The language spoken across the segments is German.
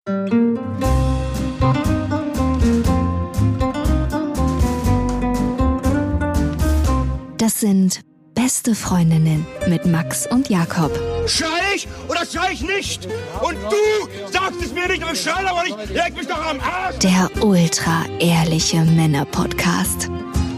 Das sind Beste Freundinnen mit Max und Jakob. Schrei ich oder schrei ich nicht? Und du sagst es mir nicht, aber ich schrei aber nicht. Leg mich doch am Arsch. Der ultra-ehrliche Männer-Podcast.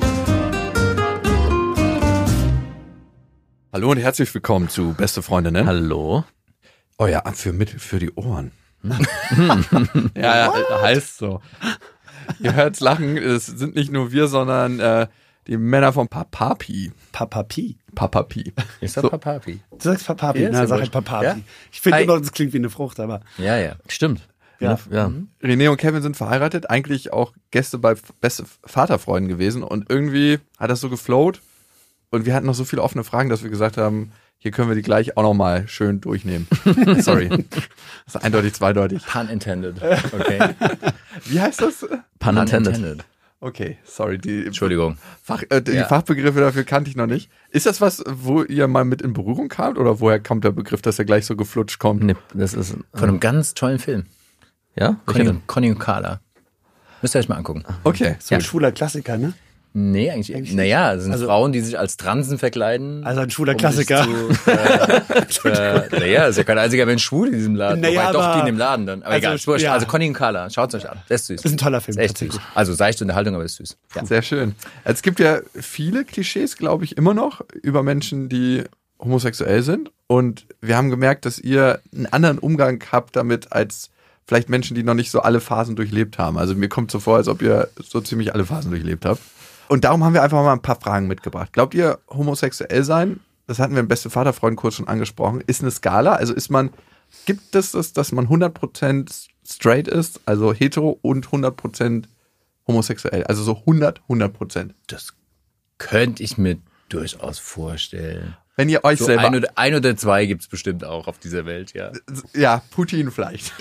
Hallo und herzlich willkommen zu Beste Freundinnen. Hallo. Oh ja, für die Ohren. ja, heißt so. Ihr hört's lachen, es sind nicht nur wir, sondern die Männer von Papapi. Papapi? Papapi. Ist das so. Papapi? Du sagst Papapi, Ja, sag halt Papapi. Ja? Ich finde immer, das klingt wie eine Frucht, aber... Ja, stimmt. Ja. René und Kevin sind verheiratet, eigentlich auch Gäste bei Beste Vaterfreunden gewesen und irgendwie hat das so geflowt und wir hatten noch so viele offene Fragen, dass wir gesagt haben, hier können wir die gleich auch nochmal schön durchnehmen. Sorry. Das ist eindeutig zweideutig. Pun intended. Okay. Wie heißt das? Pun intended. Okay, sorry. Entschuldigung. Die Fachbegriffe dafür kannte ich noch nicht. Ist das was, wo ihr mal mit in Berührung kamt oder woher kommt der Begriff, dass er gleich so geflutscht kommt? Nee, das ist von einem ganz tollen Film. Ja? Conny und Carla. Müsst ihr euch mal angucken. Okay. So ein schwuler Klassiker, ne? Nee, eigentlich naja, es sind Frauen, die sich als Transen verkleiden. Also ein schwuler Klassiker. Naja, ist ja kein einziger Mensch schwul in diesem Laden. Naja, wobei doch die in dem Laden dann. Aber also, egal, ja. Also Conny und Carla, schaut es euch an. Das ist süß. Das ist ein toller Film. Das ist echt süß. Also seichte Unterhaltung, aber ist süß. Ja. Sehr schön. Es gibt ja viele Klischees, glaube ich, immer noch über Menschen, die homosexuell sind. Und wir haben gemerkt, dass ihr einen anderen Umgang habt damit als vielleicht Menschen, die noch nicht so alle Phasen durchlebt haben. Also mir kommt so vor, als ob ihr so ziemlich alle Phasen durchlebt habt. Und darum haben wir einfach mal ein paar Fragen mitgebracht. Glaubt ihr, homosexuell sein, das hatten wir im Beste Vaterfreund-Kurs schon angesprochen, ist eine Skala? Also gibt es das, dass man 100% straight ist, also hetero und 100% homosexuell? Also so 100%. Das könnte ich mir durchaus vorstellen. Wenn ihr euch so selber... ein oder zwei gibt's bestimmt auch auf dieser Welt, ja. Ja, Putin vielleicht.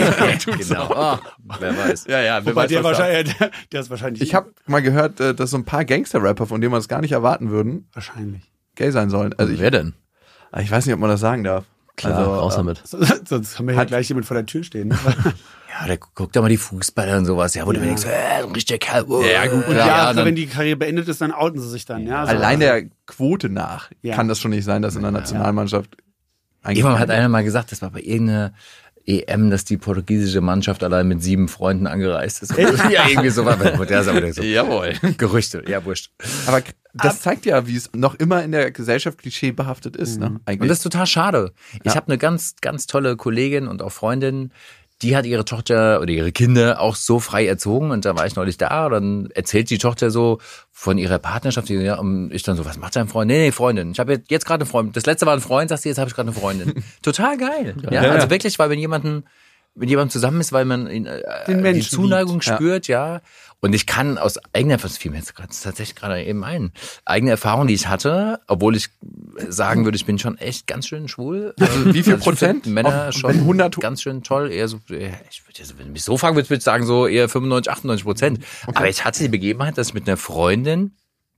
Genau. Oh, wer weiß. Ja, wer weiß, der ist wahrscheinlich... Ich habe mal gehört, dass so ein paar Gangster-Rapper, von denen man es gar nicht erwarten würden, wahrscheinlich gay sein sollen. Also wer denn? Ich weiß nicht, ob man das sagen darf. Klar, also, raus damit. Sonst haben wir ja gleich jemand vor der Tür stehen. Ne? Ja, der guckt doch mal die Fußballer und sowas. Ja, wo du denkst, ein richtiger Kerl. Ja, gut. Und dann, wenn die Karriere beendet ist, dann outen sie sich dann. Ja, so. Allein der Quote nach kann das schon nicht sein, dass in der Nationalmannschaft eigentlich... Jemand hat einer mal gesagt, das war bei irgendeiner EM, dass die portugiesische Mannschaft allein mit 7 Freunden angereist ist. Ja, irgendwie so war das aber so. Jawohl. Gerüchte, ja, wurscht. Aber das zeigt ja, wie es noch immer in der Gesellschaft klischeebehaftet ist. Ne? Eigentlich. Und das ist total schade. Ich habe eine ganz, ganz tolle Kollegin und auch Freundin, die hat ihre Tochter oder ihre Kinder auch so frei erzogen und da war ich neulich da und dann erzählt die Tochter so von ihrer Partnerschaft. Und ich dann so, was macht dein Freund? Nee, Freundin. Ich habe jetzt gerade eine Freundin. Das letzte war ein Freund, sagst du, jetzt habe ich gerade eine Freundin. Total geil. Ja, also wirklich, weil wenn jemand zusammen ist, weil man die Zuneigung spürt, ja. Und ich kann aus eigener Erfahrung, das fiel mir jetzt tatsächlich gerade eben ein, eigene Erfahrung, die ich hatte, obwohl ich sagen würde, ich bin schon echt ganz schön schwul. Also wie viel Prozent? Männer schon 100 ganz schön toll. Eher so, wenn du mich so fragen würdest, würde ich sagen so eher 95-98%. Okay. Aber ich hatte die Begebenheit, dass ich mit einer Freundin,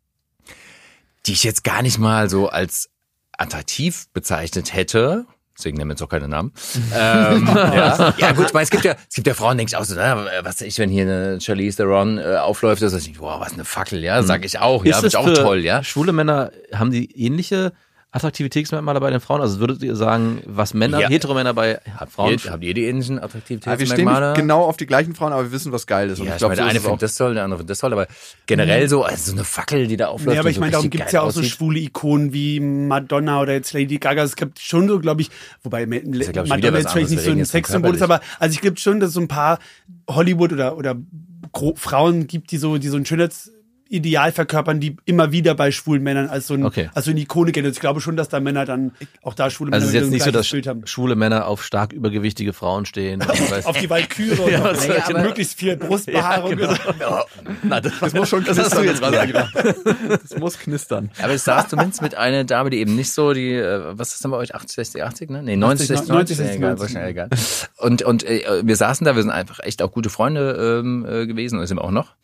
die ich jetzt gar nicht mal so als attraktiv bezeichnet hätte, deswegen nennen wir jetzt auch keine Namen. Ja, gut, ich meine, es gibt ja Frauen, denke ich auch so, was ich, wenn hier eine Charlize Theron aufläuft, dass ich, boah, was eine Fackel, ja, sag ich auch, ja, finde ich auch toll, ja. Schwule Männer, haben die ähnliche Attraktivitätsmerkmale bei den Frauen? Also würdet ihr sagen, was Heteromänner bei Frauen... Habt ihr die ähnlichen Attraktivitätsmerkmale? Wir stehen nicht genau auf die gleichen Frauen, aber wir wissen, was geil ist. Und ja, ich glaube, der eine findet das toll, der andere findet das toll, aber generell so eine Fackel, die da aufläuft. Ja, aber ich so meine, darum gibt's ja auch so schwule Ikonen wie Madonna oder jetzt Lady Gaga. Es gibt schon so, glaube ich, wobei Madonna jetzt vielleicht nicht so ein Sexsymbol ist, aber also ich glaube schon, dass es so ein paar Hollywood oder Frauen gibt, die so ein Schönheitsideal verkörpern, die immer wieder bei schwulen Männern als so eine Ikone gelten. Ich glaube schon, dass da Männer dann auch da schwule Männer also es ist jetzt nicht so, dass Bild haben. Schwule Männer auf stark übergewichtige Frauen stehen. Auf die Walküre und möglichst viel Brustbehaarung. Ja, genau. Na, das muss schon knistern. Das hast du jetzt gerade. Das muss knistern. Aber es saß zumindest mit einer Dame, die eben nicht so was ist denn bei euch, 80, 60, 80, ne? Nee, 90, 60, 90. Egal. Und wir saßen da, wir sind einfach echt auch gute Freunde gewesen, und sind wir auch noch.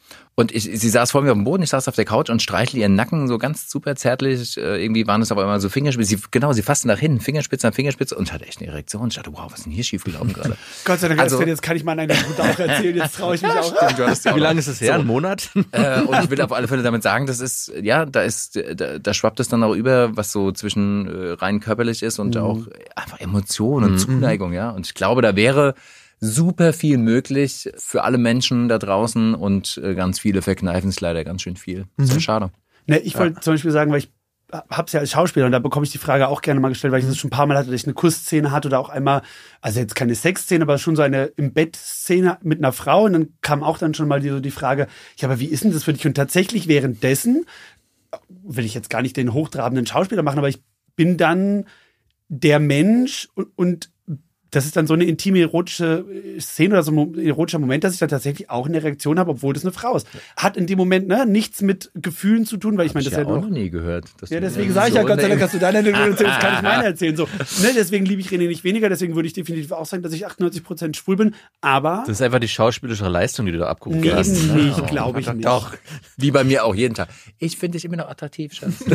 Und sie saß vor mir auf dem Boden, ich saß auf der Couch und streichle ihren Nacken so ganz super zärtlich. Irgendwie waren es aber immer so Fingerspitzen. Sie fasste nach hinten, Fingerspitze an Fingerspitze und hatte echt eine Erektion. Ich dachte, wow, was ist denn hier schiefgelaufen gerade? Gott sei Dank, also, jetzt kann ich mal eine Anekdote auch erzählen. Jetzt traue ich mich auch. Wie lange ist es her? So. Ein Monat? Und ich will auf alle Fälle damit sagen, das ist, ja, da schwappt es dann auch über, was so zwischen rein körperlich ist und auch einfach Emotionen und Zuneigung, ja. Und ich glaube, da wäre super viel möglich für alle Menschen da draußen und ganz viele verkneifen es leider ganz schön viel. Sehr schade. Ne, ich wollte zum Beispiel sagen, weil ich hab's ja als Schauspieler und da bekomme ich die Frage auch gerne mal gestellt, weil ich das schon ein paar Mal hatte, dass ich eine Kussszene hatte oder auch einmal, also jetzt keine Sexszene, aber schon so eine im Bett-Szene mit einer Frau und dann kam auch dann schon mal die Frage, ja, aber wie ist denn das für dich? Und tatsächlich währenddessen will ich jetzt gar nicht den hochtrabenden Schauspieler machen, aber ich bin dann der Mensch und das ist dann so eine intime erotische Szene oder so ein erotischer Moment, dass ich dann tatsächlich auch eine Reaktion habe, obwohl das eine Frau ist. Hat in dem Moment nichts mit Gefühlen zu tun, weil ich meine, das ja auch noch nie gehört. Ja, deswegen sage ich ja, Gott sei Dank hast du deine erzählt, das kann ich meine erzählen. So, deswegen liebe ich René nicht weniger, deswegen würde ich definitiv auch sagen, dass ich 98% schwul bin, aber... Das ist einfach die schauspielerische Leistung, die du da abgerufen hast. Nee, glaube ich nicht. Doch, wie bei mir auch jeden Tag. Ich finde dich immer noch attraktiv, Schatz.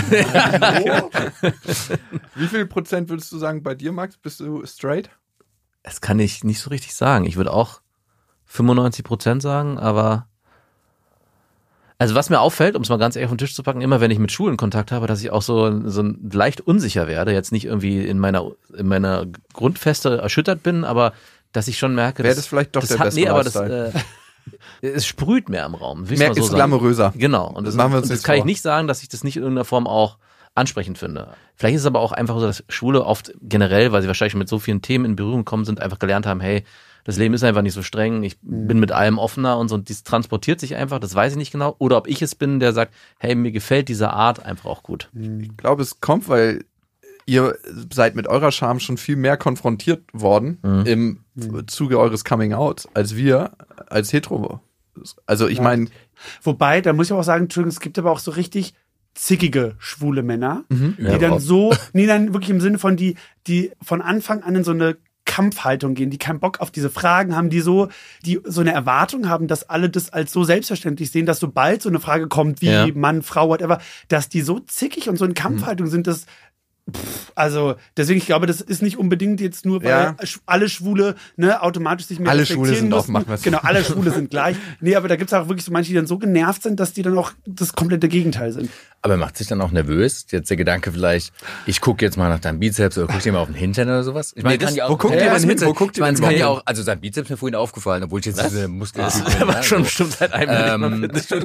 Wie viel Prozent würdest du sagen bei dir, Max? Bist du straight? Das kann ich nicht so richtig sagen. Ich würde auch 95% sagen, aber also was mir auffällt, um es mal ganz ehrlich auf den Tisch zu packen, immer wenn ich mit Schwulen Kontakt habe, dass ich auch so leicht unsicher werde, jetzt nicht irgendwie in meiner Grundfeste erschüttert bin, aber dass ich schon merke, wäre das vielleicht doch der beste Lifestyle. Es sprüht mehr im Raum. Mehr ist glamouröser. Genau. Und das kann ich nicht sagen, dass ich das nicht in irgendeiner Form auch ansprechend finde. Vielleicht ist es aber auch einfach so, dass Schwule oft generell, weil sie wahrscheinlich mit so vielen Themen in Berührung gekommen sind, einfach gelernt haben, hey, das Leben ist einfach nicht so streng, ich bin mit allem offener und so, und dies transportiert sich einfach, das weiß ich nicht genau. Oder ob ich es bin, der sagt, hey, mir gefällt diese Art einfach auch gut. Ich glaube, es kommt, weil ihr seid mit eurer Scham schon viel mehr konfrontiert worden im Zuge eures Coming-out, als wir als Hetero. Also ich meine... Wobei, da muss ich auch sagen, Entschuldigung, es gibt aber auch so richtig zickige schwule Männer, die dann dann wirklich im Sinne von die von Anfang an in so eine Kampfhaltung gehen, die keinen Bock auf diese Fragen haben, die so eine Erwartung haben, dass alle das als so selbstverständlich sehen, dass sobald so eine Frage kommt, wie Mann, Frau, whatever, dass die so zickig und so in Kampfhaltung sind, dass also deswegen, ich glaube, das ist nicht unbedingt jetzt nur, weil alle Schwule automatisch sich mehr respektieren müssen. Genau, alle Schwule sind gleich. Nee, aber da gibt es auch wirklich so manche, die dann so genervt sind, dass die dann auch das komplette Gegenteil sind. Aber macht sich dann auch nervös? Jetzt der Gedanke vielleicht, ich gucke jetzt mal nach deinem Bizeps oder guck dir mal auf den Hintern oder sowas? Ich meine, wo guckt ihr denn hin? Wo guckt ihr denn hin? Auch, also sein Bizeps mir vorhin aufgefallen, obwohl ich jetzt diese Muskeln... Das war schon bestimmt seit einem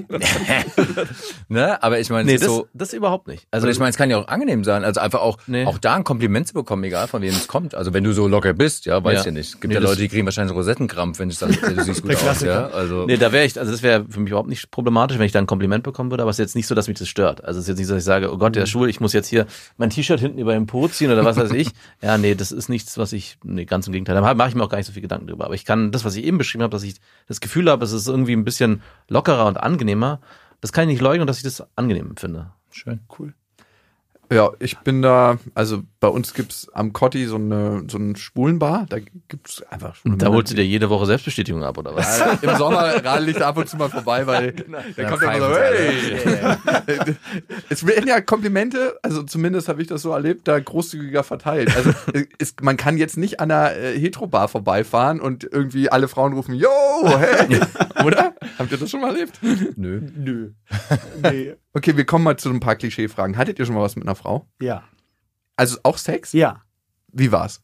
ne? Aber ich meine, das überhaupt nicht. Also ich meine, es kann ja auch angenehm sein, also einfach auch da ein Kompliment zu bekommen, egal von wem es kommt. Also wenn du so locker bist, weiß ich nicht. Gibt ja Leute, die kriegen wahrscheinlich Rosettenkrampf, wenn ich sage, du siehst gut aus, ja. Also da wäre ich, also das wäre für mich überhaupt nicht problematisch, wenn ich da ein Kompliment bekommen würde, aber es ist jetzt nicht so, dass mich das stört. Also es ist jetzt nicht so, dass ich sage, oh Gott, der ist schwul, ich muss jetzt hier mein T-Shirt hinten über den Po ziehen oder was weiß ich. Ja, das ist nichts, was ich, ganz im Gegenteil, da mache ich mir auch gar nicht so viel Gedanken drüber. Aber ich kann das, was ich eben beschrieben habe, dass ich das Gefühl habe, es ist irgendwie ein bisschen lockerer und angenehmer, das kann ich nicht leugnen, dass ich das angenehm finde. Schön. Cool. Ja, ich bin da, also bei uns gibt's am Kotti so eine Schwulenbar, da gibt's einfach Schwulen. Da holst du dir jede Woche Selbstbestätigung ab, oder was? Ja, im Sommer radel ich da ab und zu mal vorbei, weil da kommt immer so, hey! Es werden ja Komplimente, also zumindest habe ich das so erlebt, da großzügiger verteilt. Also man kann jetzt nicht an einer Hetero-Bar vorbeifahren und irgendwie alle Frauen rufen, yo, hey! Oder? Habt ihr das schon mal erlebt? Nö. Nee. Okay, wir kommen mal zu ein paar Klischee-Fragen. Hattet ihr schon mal was mit einer Frau? Ja. Also auch Sex? Ja. Wie war's?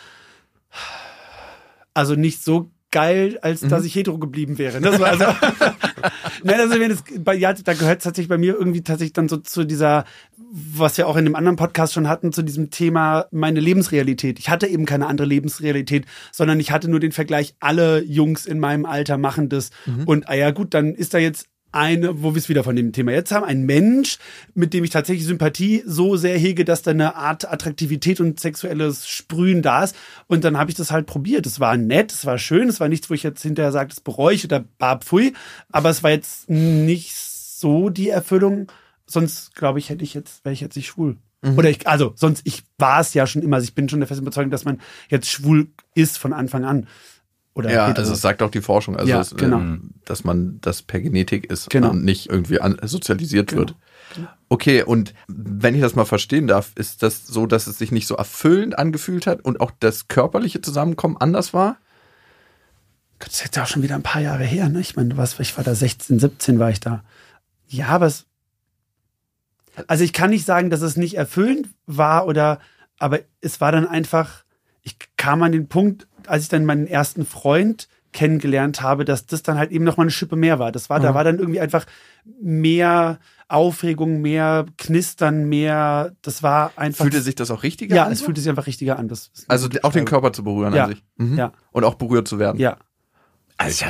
Also nicht so geil, als dass ich hetero geblieben wäre. Das war also nein, also wenn da gehört es tatsächlich bei mir irgendwie tatsächlich dann so zu dieser, was wir auch in dem anderen Podcast schon hatten, zu diesem Thema meine Lebensrealität. Ich hatte eben keine andere Lebensrealität, sondern ich hatte nur den Vergleich, alle Jungs in meinem Alter machen das. Und gut, dann ist da jetzt wo wir es wieder von dem Thema jetzt haben, ein Mensch, mit dem ich tatsächlich Sympathie so sehr hege, dass da eine Art Attraktivität und sexuelles Sprühen da ist. Und dann habe ich das halt probiert. Es war nett, es war schön, es war nichts, wo ich jetzt hinterher sage, das bereue ich oder pfui. Aber es war jetzt nicht so die Erfüllung. Sonst, glaube ich, wäre ich jetzt nicht schwul. Oder ich war es ja schon immer. Also ich bin schon der festen Überzeugung, dass man jetzt schwul ist von Anfang an. oder ja, hetero. also das sagt auch die Forschung, also Ja, genau. Dass man das per Genetik ist Genau. und nicht irgendwie sozialisiert wird. Genau. Okay, und wenn ich das mal verstehen darf, ist das so, dass es sich nicht so erfüllend angefühlt hat und auch das körperliche Zusammenkommen anders war? Das ist jetzt auch schon wieder ein paar Jahre her, ne? Ich meine, ich war da 16, 17 war ich da. Ja, aber also ich kann nicht sagen, dass es nicht erfüllend war aber es war dann einfach, ich kam an den Punkt, als ich dann meinen ersten Freund kennengelernt habe, dass das dann halt eben noch mal eine Schippe mehr war. Da war dann irgendwie einfach mehr Aufregung, mehr Knistern, das war einfach. Fühlte sich das auch richtiger an? Ja, es fühlte sich einfach richtiger an. Also auch den Körper zu berühren an sich. Ja. Und auch berührt zu werden. Ja. Also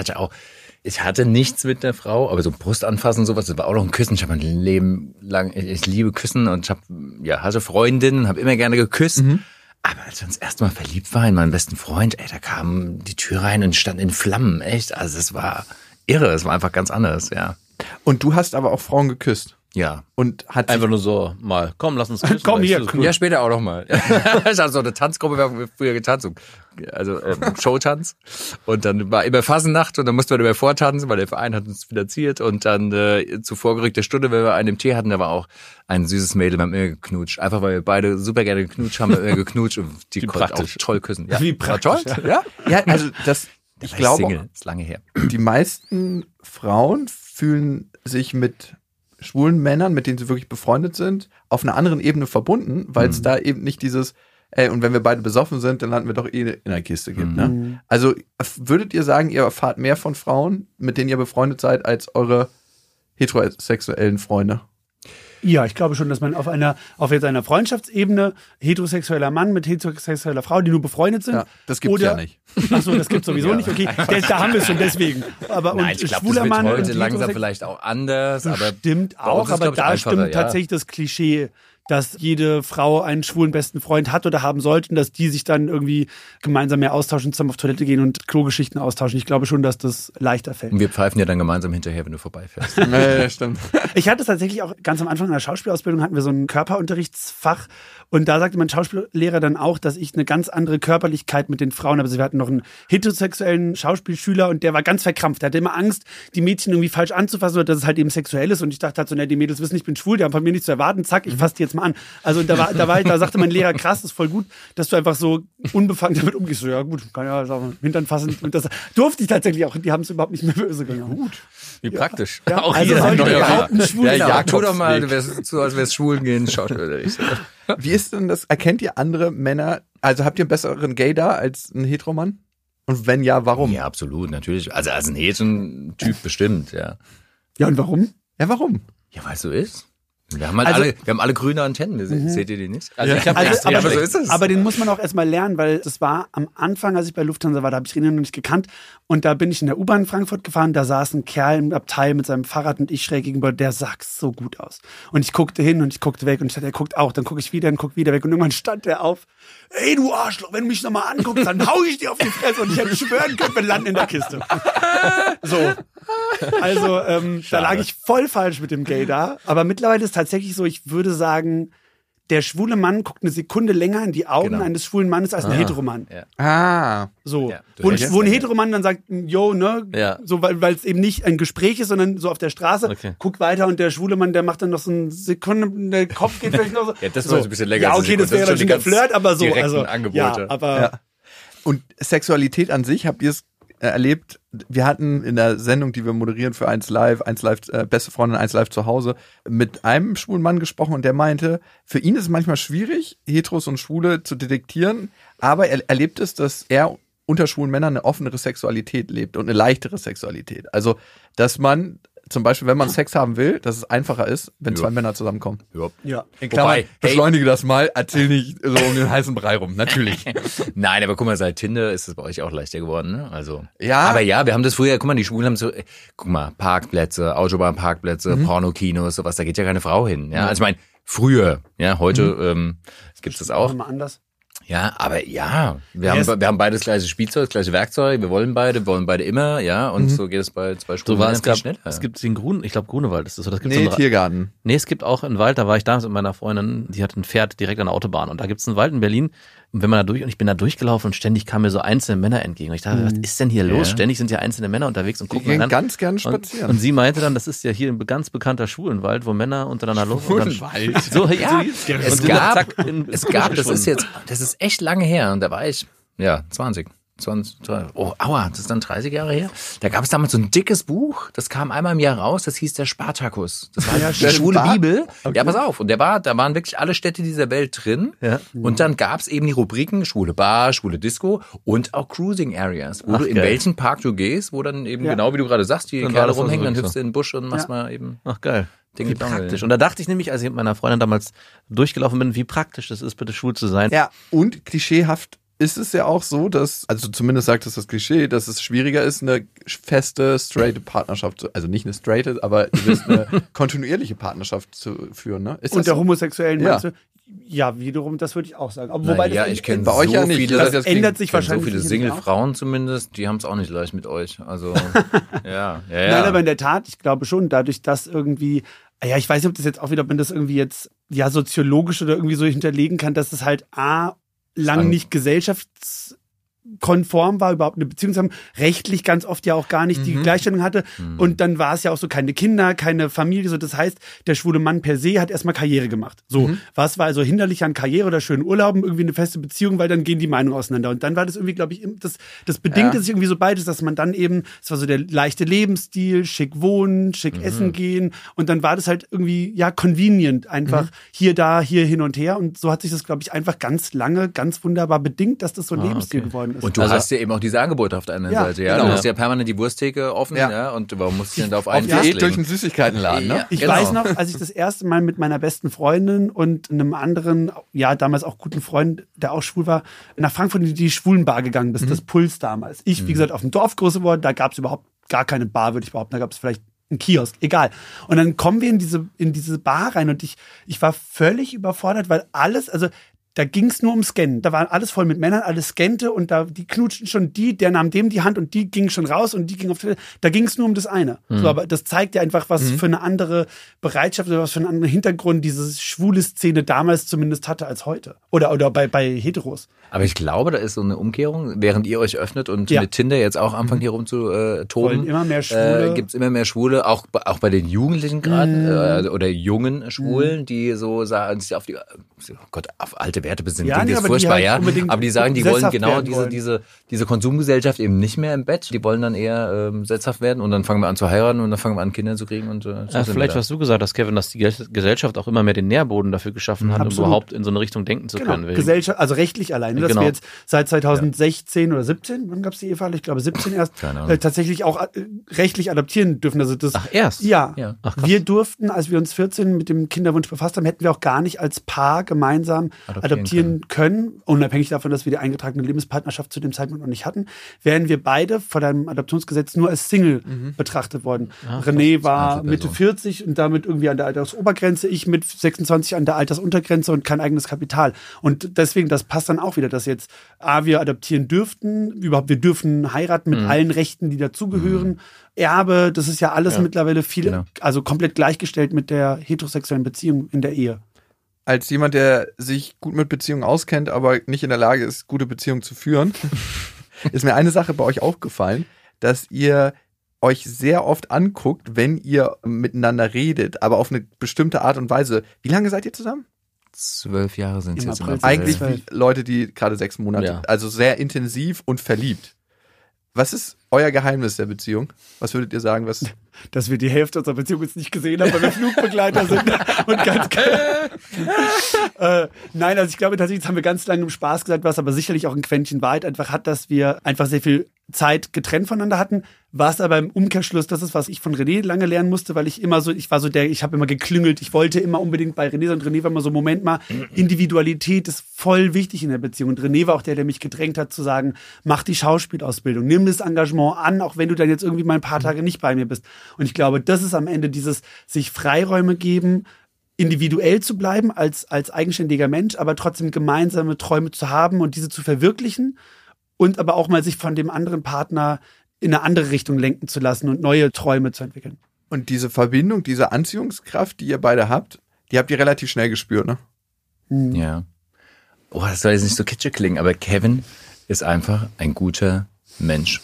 ich hatte nichts mit der Frau, aber so Brust anfassen, sowas, das war auch noch ein Küssen. Ich habe mein Leben lang, ich liebe Küssen und ich hatte Freundinnen, habe immer gerne geküsst. Aber als wir uns erstmal verliebt waren in meinen besten Freund, da kam die Tür rein und stand in Flammen, echt. Also es war irre, es war einfach ganz anders, ja. Und du hast aber auch Frauen geküsst. Ja. Und hat Einfach nur so mal, komm, lass uns küssen. Komm hier, Ja, später auch noch mal. Ich hatte so eine Tanzgruppe, wir haben früher getanzt, also Showtanz. Und dann war immer Fasennacht und dann mussten wir immer vortanzen, weil der Verein hat uns finanziert. Und dann zu vorgerückter Stunde, wenn wir einen im Tee hatten, da war auch ein süßes Mädel, wir haben immer geknutscht. Einfach weil wir beide super gerne geknutscht haben, wir immer geknutscht und die konnte auch toll küssen. Ja, Wie praktisch. War toll. Ja. ja, also ich glaube, Single, ist lange her. die meisten Frauen fühlen sich mit schwulen Männern, mit denen sie wirklich befreundet sind, auf einer anderen Ebene verbunden, weil es da eben nicht dieses, und wenn wir beide besoffen sind, dann landen wir doch in der Kiste gibt. Ne? Also würdet ihr sagen, ihr erfahrt mehr von Frauen, mit denen ihr befreundet seid, als eure heterosexuellen Freunde? Ja, ich glaube schon, dass man auf jetzt einer Freundschaftsebene heterosexueller Mann mit heterosexueller Frau, die nur befreundet sind. Ja, das gibt's ja nicht. Ach so, das gibt's sowieso nicht. Okay, da haben wir es schon deswegen. Aber Nein, und ich glaube, schwuler das Mann wird heute und langsam vielleicht auch anders. Aber stimmt bei uns auch, ist, aber glaub ich, da einfacher, stimmt tatsächlich das Klischee, dass jede Frau einen schwulen besten Freund hat oder haben sollte, dass die sich dann irgendwie gemeinsam mehr austauschen, zusammen auf Toilette gehen und Klogeschichten austauschen. Ich glaube schon, dass das leichter fällt. Und wir pfeifen ja dann gemeinsam hinterher, wenn du vorbeifährst. Ja, stimmt. Ich hatte tatsächlich auch ganz am Anfang in der Schauspielausbildung hatten wir so ein Körperunterrichtsfach und da sagte mein Schauspiellehrer dann auch, dass ich eine ganz andere Körperlichkeit mit den Frauen habe. Also wir hatten noch einen heterosexuellen Schauspielschüler und der war ganz verkrampft. Der hatte immer Angst, die Mädchen irgendwie falsch anzufassen oder dass es halt eben sexuell ist und ich dachte halt so, die Mädels wissen, ich bin schwul, die haben von mir nichts zu erwarten, zack, ich fasse die jetzt mal an. Also da sagte mein Lehrer, krass, das ist voll gut, dass du einfach so unbefangen damit umgehst. So, ja gut, kann ja auch Hintern fassen. Und das durfte ich tatsächlich auch. Die haben es überhaupt nicht mehr böse genommen. Gut. Wie praktisch. Ja, Auch also hier sollte ein neuer überhaupt ein Schwuler. Ja, tu doch mal, du wärst so, als wärst schwulen gehen, Schauspielunterricht. Wie ist denn das? Erkennt ihr andere Männer? Also habt ihr einen besseren Gay da als einen Heteromann? Und wenn ja, warum? Ja, absolut, natürlich. Also als ein Hetero-Typ bestimmt, ja. Ja, und warum? Ja, warum? Ja, weil es so ist. Wir haben halt wir haben alle grüne Antennen, seht ihr die nicht? Also ich habe aber so ist es. Aber den muss man auch erstmal lernen, weil das war am Anfang, als ich bei Lufthansa war, da habe ich René noch nicht gekannt. Und da bin ich in der U-Bahn in Frankfurt gefahren, da saß ein Kerl im Abteil mit seinem Fahrrad und ich schräg gegenüber, der sah so gut aus. Und ich guckte hin und ich guckte weg und ich dachte, er guckt auch. Dann gucke ich wieder und gucke wieder weg und irgendwann stand der auf. Ey, du Arschloch, wenn du mich nochmal anguckst, dann hau ich dir auf die Fresse und ich hätte schwören können, wir landen in der Kiste. So. Also, da lag ich voll falsch mit dem Gay da. Aber mittlerweile ist es tatsächlich so, ich würde sagen, der schwule Mann guckt eine Sekunde länger in die Augen eines schwulen Mannes als ein Heteromann. Ja. Ah. So. Ja, wo ein Heteromann dann sagt, yo, ne? Ja. So, weil es eben nicht ein Gespräch ist, sondern so auf der Straße, guckt weiter und der schwule Mann, der macht dann noch so eine Sekunde, der Kopf geht vielleicht noch so. Ja, das war so ein bisschen länger. Ja, okay, das wäre dann schon der Flirt, aber so. Also, Angebote. ja, aber Ja. Und Sexualität an sich, habt ihr es erlebt? Wir hatten in der Sendung, die wir moderieren für 1 Live, beste Freundin 1 Live zu Hause, mit einem schwulen Mann gesprochen und der meinte, für ihn ist es manchmal schwierig, Heteros und Schwule zu detektieren, aber er erlebt es, dass er unter schwulen Männern eine offenere Sexualität lebt und eine leichtere Sexualität. Also, dass man zum Beispiel, wenn man Sex haben will, dass es einfacher ist, wenn zwei Männer zusammenkommen. ja. In Klammern, Wobei, beschleunige das mal, erzähl nicht so um den heißen Brei rum, natürlich. Nein, aber guck mal, seit Tinder ist es bei euch auch leichter geworden, ne? Also. Ja. Aber ja, wir haben das früher, guck mal, die Schwulen haben so, guck mal, Parkplätze, Autobahnparkplätze, Pornokinos, sowas, da geht ja keine Frau hin, ja. Also ich meine, früher, ja, heute, gibt's das auch. Mal anders. Ja, aber ja, wir haben beide das gleiche Spielzeug, das gleiche Werkzeug, wir wollen beide immer, ja, und so geht es bei zwei So Stunden war es schneller. es gibt den ich glaube Grunewald ist das so. Das gibt's Nee, so Tiergarten. Nee, es gibt auch einen Wald, da war ich damals mit meiner Freundin, die hat ein Pferd direkt an der Autobahn und da gibt's einen Wald in Berlin, Und wenn man und ich bin da durchgelaufen und ständig kamen mir so einzelne Männer entgegen. Und ich dachte, was ist denn hier los? Ständig sind ja einzelne Männer unterwegs und gucken an. Ganz gerne spazieren. Und sie meinte dann, das ist ja hier ein ganz bekannter Schwulenwald, wo Männer untereinander laufen. Schwulenwald? Das ist echt lange her. Und da war ich, 20. Oh, aua, das ist dann 30 Jahre her. Da gab es damals so ein dickes Buch, das kam einmal im Jahr raus, das hieß der Spartacus. Das war die schwule Bibel. Okay. Ja, pass auf. Und da waren wirklich alle Städte dieser Welt drin. Ja. Und dann gab es eben die Rubriken schwule Bar, schwule Disco und auch Cruising Areas, wo du in welchen Park du gehst, wo dann eben genau wie du gerade sagst, die Kerle rumhängen, dann hüpfst du in den Busch und machst mal eben. Ach geil. Wie praktisch. Und da dachte ich nämlich, als ich mit meiner Freundin damals durchgelaufen bin, wie praktisch das ist, bitte schwul zu sein. Ja, und klischeehaft ist es ja auch so, dass, also zumindest sagt es das Klischee, dass es schwieriger ist, eine feste, straighte Partnerschaft also nicht eine straighte, aber eine kontinuierliche Partnerschaft zu führen, ne? Ist und der Homosexuellen, meinst du? Ja, wiederum, das würde ich auch sagen. Aber wobei ich kenne bei euch ja nicht. Viele, das ändert sich wahrscheinlich. So viele Single-Frauen zumindest, die haben es auch nicht leicht mit euch. Also, ja. Nein, aber in der Tat, ich glaube schon, dadurch, dass irgendwie, ich weiß nicht, ob das jetzt auch wieder, ob man das irgendwie jetzt, soziologisch oder irgendwie so hinterlegen kann, dass es halt lang nicht gesellschaftskonform war, überhaupt eine Beziehung zu haben, rechtlich ganz oft ja auch gar nicht die Gleichstellung hatte. Und dann war es ja auch so keine Kinder, keine Familie. So, das heißt, der schwule Mann per se hat erstmal Karriere gemacht. So, was war also hinderlich an Karriere oder schönen Urlauben? Irgendwie eine feste Beziehung, weil dann gehen die Meinungen auseinander. Und dann war das irgendwie, glaube ich, das bedingte sich irgendwie so beides, dass man dann eben, es war so der leichte Lebensstil, schick wohnen, schick essen gehen. Und dann war das halt irgendwie, convenient, einfach hier, da, hier, hin und her. Und so hat sich das, glaube ich, einfach ganz lange, ganz wunderbar bedingt, dass das so ein Lebensstil geworden ist. Und du hast ja eben auch diese Angebote auf der anderen Seite, ja. Genau. Du hast ja permanent die Wursttheke offen, und warum musst du denn da auf einen Diät durch einen Süßigkeitenladen, ne? Ich weiß noch, als ich das erste Mal mit meiner besten Freundin und einem anderen, damals auch guten Freund, der auch schwul war, nach Frankfurt in die Schwulenbar gegangen bist, das Puls damals. Ich, wie gesagt, auf dem Dorf groß geworden, da gab es überhaupt gar keine Bar, würde ich behaupten, da gab es vielleicht ein Kiosk, egal. Und dann kommen wir in diese Bar rein und ich war völlig überfordert, weil alles, also da ging es nur um Scannen. Da war alles voll mit Männern, alles scannte und die knutschten schon der nahm dem die Hand und die ging schon raus und die ging auf die, da ging es nur um das eine. So, aber das zeigt ja einfach, was für eine andere Bereitschaft oder was für einen anderen Hintergrund diese schwule Szene damals zumindest hatte als heute. Oder bei Heteros. Aber ich glaube, da ist so eine Umkehrung, während ihr euch öffnet und mit Tinder jetzt auch anfangt hier rumzutoben. Immer mehr Schwule. Gibt's immer mehr Schwule, auch bei den Jugendlichen gerade, oder jungen Schwulen, die so sagen, sich auf alte Werte besinnen. Klingt jetzt furchtbar, halt aber die sagen, die wollen genau diese Konsumgesellschaft eben nicht mehr im Bett. Die wollen dann eher sesshaft werden und dann fangen wir an zu heiraten und dann fangen wir an, Kinder zu kriegen. Und vielleicht, was du gesagt hast, Kevin, dass die Gesellschaft auch immer mehr den Nährboden dafür geschaffen hat, um überhaupt in so eine Richtung denken zu können. Gesellschaft, also rechtlich alleine, dass wir jetzt seit 2016 oder 17, wann gab es die Ehefalle? Ich glaube 17 erst, tatsächlich auch rechtlich adoptieren dürfen. Also das, erst? Ja. Ach, wir durften, als wir uns 14 mit dem Kinderwunsch befasst haben, hätten wir auch gar nicht als Paar gemeinsam adoptieren können, unabhängig davon, dass wir die eingetragene Lebenspartnerschaft zu dem Zeitpunkt noch nicht hatten, wären wir beide vor dem Adoptionsgesetz nur als Single betrachtet worden. René war Mitte 40 und damit irgendwie an der Altersobergrenze, ich mit 26 an der Altersuntergrenze und kein eigenes Kapital. Und deswegen, das passt dann auch wieder, dass jetzt wir adoptieren dürften, wir dürfen heiraten mit allen Rechten, die dazugehören. Erbe, das ist ja alles mittlerweile also komplett gleichgestellt mit der heterosexuellen Beziehung in der Ehe. Als jemand, der sich gut mit Beziehungen auskennt, aber nicht in der Lage ist, gute Beziehungen zu führen, ist mir eine Sache bei euch aufgefallen, dass ihr euch sehr oft anguckt, wenn ihr miteinander redet, aber auf eine bestimmte Art und Weise. Wie lange seid ihr zusammen? 12 Jahre sind es jetzt. Eigentlich wie Leute, die gerade 6 Monate, also sehr intensiv und verliebt. Was ist euer Geheimnis der Beziehung? Was würdet ihr sagen, dass wir die Hälfte unserer Beziehung jetzt nicht gesehen haben, weil wir Flugbegleiter sind und ganz nein, also ich glaube tatsächlich, das haben wir ganz lange im Spaß gesagt, was aber sicherlich auch ein Quäntchen Wahrheit einfach hat, dass wir einfach sehr viel Zeit getrennt voneinander hatten, was aber im Umkehrschluss, das ist, was ich von René lange lernen musste, weil ich habe immer geklüngelt, ich wollte immer unbedingt bei René sein und René war immer so, Moment mal, Individualität ist voll wichtig in der Beziehung und René war auch der mich gedrängt hat zu sagen, mach die Schauspielausbildung, nimm das Engagement an, auch wenn du dann jetzt irgendwie mal ein paar Tage nicht bei mir bist. Und ich glaube, das ist am Ende dieses sich Freiräume geben, individuell zu bleiben als eigenständiger Mensch, aber trotzdem gemeinsame Träume zu haben und diese zu verwirklichen und aber auch mal sich von dem anderen Partner in eine andere Richtung lenken zu lassen und neue Träume zu entwickeln. Und diese Verbindung, diese Anziehungskraft, die ihr beide habt, die habt ihr relativ schnell gespürt, ne? Ja. das soll jetzt nicht so kitschig klingen, aber Kevin ist einfach ein guter Mensch.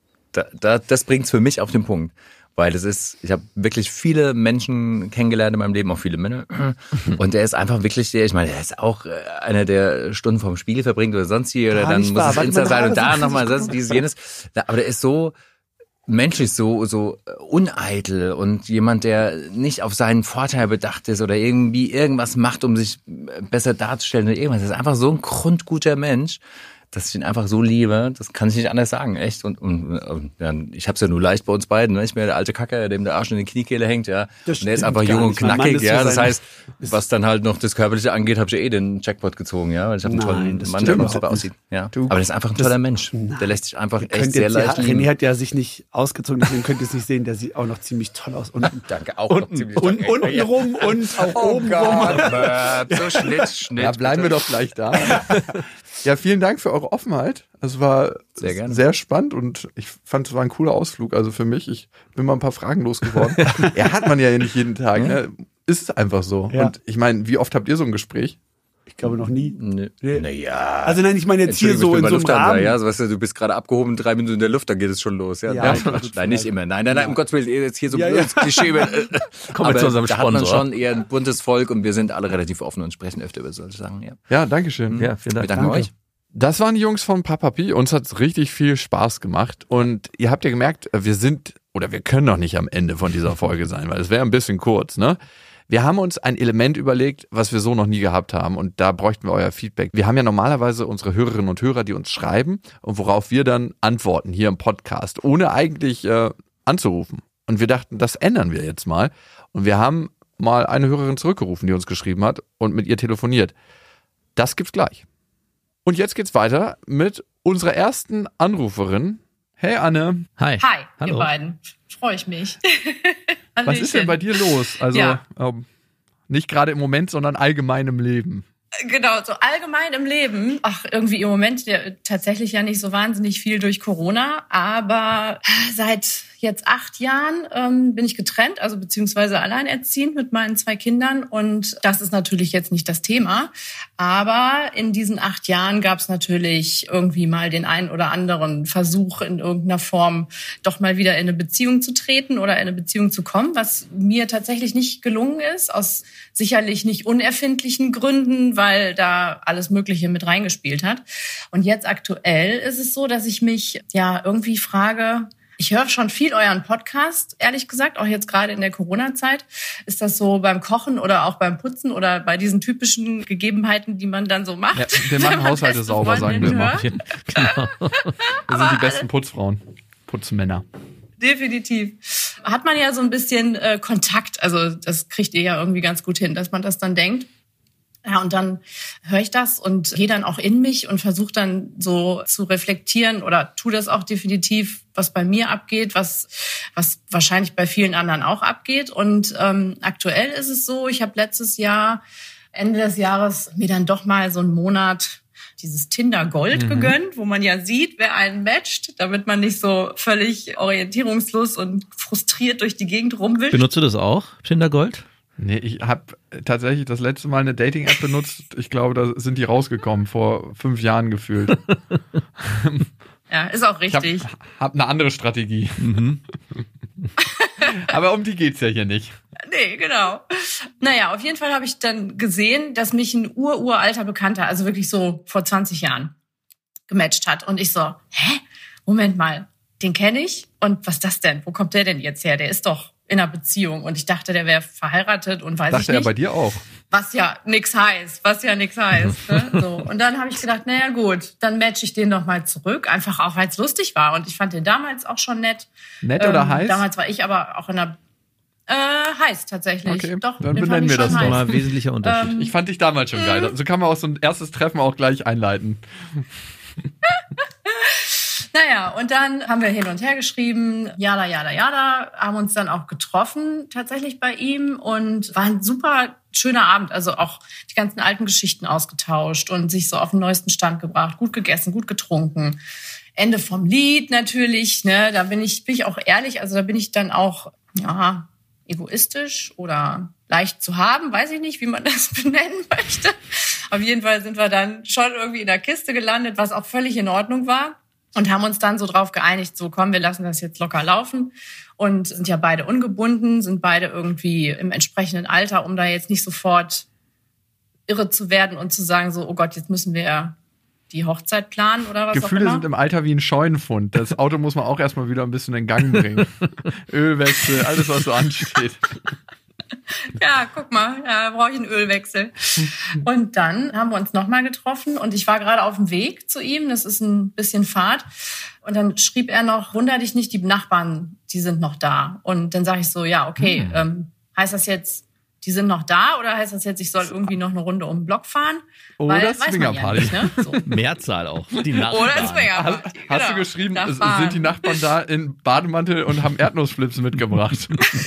Das bringt's für mich auf den Punkt. Weil ich habe wirklich viele Menschen kennengelernt in meinem Leben, auch viele Männer. Und er ist einfach wirklich der ist auch einer, der Stunden vorm Spiegel verbringt oder sonst wie, oder dann muss es Insta sein und da nochmal dieses, jenes. Aber der ist so menschlich, so uneitel und jemand, der nicht auf seinen Vorteil bedacht ist oder irgendwie irgendwas macht, um sich besser darzustellen oder irgendwas. Das ist einfach so ein grundguter Mensch, dass ich ihn einfach so liebe, das kann ich nicht anders sagen, echt. Und ja, ich hab's ja nur leicht bei uns beiden, ne? Ich bin ja der alte Kacker, dem der Arsch in den Kniekehle hängt, ja. Und der ist einfach jung und knackig, ja. Das heißt, was dann halt noch das Körperliche angeht, habe ich den Jackpot gezogen, ja. Weil ich habe einen tollen Mann, der noch super aussieht. Ja. Aber der ist einfach ein toller Mensch. Der lässt sich einfach echt sehr leicht lieben. René hat ja sich nicht ausgezogen, deswegen könnt ihr es nicht sehen, der sieht auch noch ziemlich toll aus. Danke, auch noch ziemlich toll. Und unten rum und auch oben rum. So Schnitt. Ja, bleiben wir doch gleich da. Ja, vielen Dank für eure Offenheit. Es war sehr spannend und ich fand, es war ein cooler Ausflug. Also für mich, ich bin mal ein paar Fragen losgeworden. Hat man ja nicht jeden Tag. Ne? Ist einfach so. Ja. Und ich meine, wie oft habt ihr so ein Gespräch? Ich glaube noch nie. Naja. Also nein, ich meine jetzt hier so in so einem Rahmen. Ja, so, weißt du bist gerade abgehoben, 3 Minuten in der Luft, dann geht es schon los. Ja, nein, nicht immer. Nein, um Gottes Willen, jetzt hier so ein blödes Klischee über. Kommen wir zu unserem da Sponsor. Hat man schon eher ein buntes Volk und wir sind alle relativ offen und sprechen öfter über solche Sachen. Ja, danke schön. Ja, vielen Dank. Wir danken euch. Das waren die Jungs von Papapi. Uns hat's richtig viel Spaß gemacht. Und ihr habt ja gemerkt, wir können noch nicht am Ende von dieser Folge sein, weil es wäre ein bisschen kurz, ne? Wir haben uns ein Element überlegt, was wir so noch nie gehabt haben und da bräuchten wir euer Feedback. Wir haben ja normalerweise unsere Hörerinnen und Hörer, die uns schreiben und worauf wir dann antworten hier im Podcast, ohne eigentlich anzurufen. Und wir dachten, das ändern wir jetzt mal. Und wir haben mal eine Hörerin zurückgerufen, die uns geschrieben hat und mit ihr telefoniert. Das gibt's gleich. Und jetzt geht's weiter mit unserer ersten Anruferin. Hey Anne. Hi. Hallo. Ihr beiden. Freue ich mich. Was ist denn bei dir los? Also nicht gerade im Moment, sondern allgemein im Leben. Genau, so allgemein im Leben. Ach, irgendwie im Moment tatsächlich ja nicht so wahnsinnig viel durch Corona, aber seit jetzt 8 Jahren bin ich getrennt, also beziehungsweise alleinerziehend mit meinen 2 Kindern und das ist natürlich jetzt nicht das Thema, aber in diesen 8 Jahren gab es natürlich irgendwie mal den einen oder anderen Versuch in irgendeiner Form doch mal wieder in eine Beziehung zu treten oder in eine Beziehung zu kommen, was mir tatsächlich nicht gelungen ist, aus sicherlich nicht unerfindlichen Gründen, weil da alles Mögliche mit reingespielt hat. Und jetzt aktuell ist es so, dass ich mich irgendwie frage, ich höre schon viel euren Podcast, ehrlich gesagt, auch jetzt gerade in der Corona-Zeit. Ist das so beim Kochen oder auch beim Putzen oder bei diesen typischen Gegebenheiten, die man dann so macht? Ja, wir machen Haushalte sauber, sagen wir immer. Genau. Wir sind die besten Putzfrauen, Putzmänner. Definitiv. Hat man ja so ein bisschen Kontakt, also das kriegt ihr ja irgendwie ganz gut hin, dass man das dann denkt. Ja, und dann höre ich das und gehe dann auch in mich und versuche dann so zu reflektieren oder tue das auch definitiv, was bei mir abgeht, was wahrscheinlich bei vielen anderen auch abgeht. Und aktuell ist es so, ich habe letztes Jahr, Ende des Jahres, mir dann doch mal so einen Monat dieses Tinder Gold gegönnt, wo man ja sieht, wer einen matcht, damit man nicht so völlig orientierungslos und frustriert durch die Gegend rumwischt. Benutzt du das auch, Tinder Gold? Nee, ich habe tatsächlich das letzte Mal eine Dating-App benutzt. Ich glaube, da sind die rausgekommen, vor 5 Jahren gefühlt. Ja, ist auch richtig. Ich hab eine andere Strategie. Aber um die geht's ja hier nicht. Nee, genau. Naja, auf jeden Fall habe ich dann gesehen, dass mich ein uralter Bekannter, also wirklich so vor 20 Jahren, gematcht hat. Und ich so, Moment mal, den kenne ich? Und was ist das denn? Wo kommt der denn jetzt her? Der ist doch in einer Beziehung. Und ich dachte, der wäre verheiratet und weiß ich nicht. Dachte er bei dir auch. Was ja nix heißt. Ne? So. Und dann habe ich gedacht, naja gut, dann matche ich den noch mal zurück. Einfach auch, weil es lustig war. Und ich fand den damals auch schon nett. Nett oder heiß? Damals war ich aber auch in einer heiß tatsächlich. Okay, doch, dann benennen wir das nochmal. Wesentlicher Unterschied. Ich fand dich damals schon geil. So kann man auch so ein erstes Treffen auch gleich einleiten. Naja, und dann haben wir hin und her geschrieben, jada, haben uns dann auch getroffen, tatsächlich bei ihm und war ein super schöner Abend, also auch die ganzen alten Geschichten ausgetauscht und sich so auf den neuesten Stand gebracht, gut gegessen, gut getrunken. Ende vom Lied natürlich, ne, da bin ich auch ehrlich, also da bin ich dann auch, egoistisch oder leicht zu haben, weiß ich nicht, wie man das benennen möchte. Auf jeden Fall sind wir dann schon irgendwie in der Kiste gelandet, was auch völlig in Ordnung war. Und haben uns dann so drauf geeinigt, so komm, wir lassen das jetzt locker laufen. Und sind ja beide ungebunden, sind beide irgendwie im entsprechenden Alter, um da jetzt nicht sofort irre zu werden und zu sagen so, oh Gott, jetzt müssen wir die Hochzeit planen oder was Gefühle auch immer. sind im Alter wie ein Scheunenfund. Das Auto muss man auch erstmal wieder ein bisschen in Gang bringen. Ölwechsel, alles was so ansteht. Ja, guck mal, da brauche ich einen Ölwechsel. Und dann haben wir uns nochmal getroffen und ich war gerade auf dem Weg zu ihm, das ist ein bisschen Fahrt. Und dann schrieb er noch, wunder dich nicht, die Nachbarn, die sind noch da. Und dann sage ich so, ja, okay, heißt das jetzt, die sind noch da oder heißt das jetzt, ich soll irgendwie noch eine Runde um den Block fahren? Oder Swingerparty. Ja ne? So. Mehrzahl auch. Die Nachbarn. Oder Swingerparty. Hast du geschrieben, sind die Nachbarn da in Bademantel und haben Erdnussflips mitgebracht?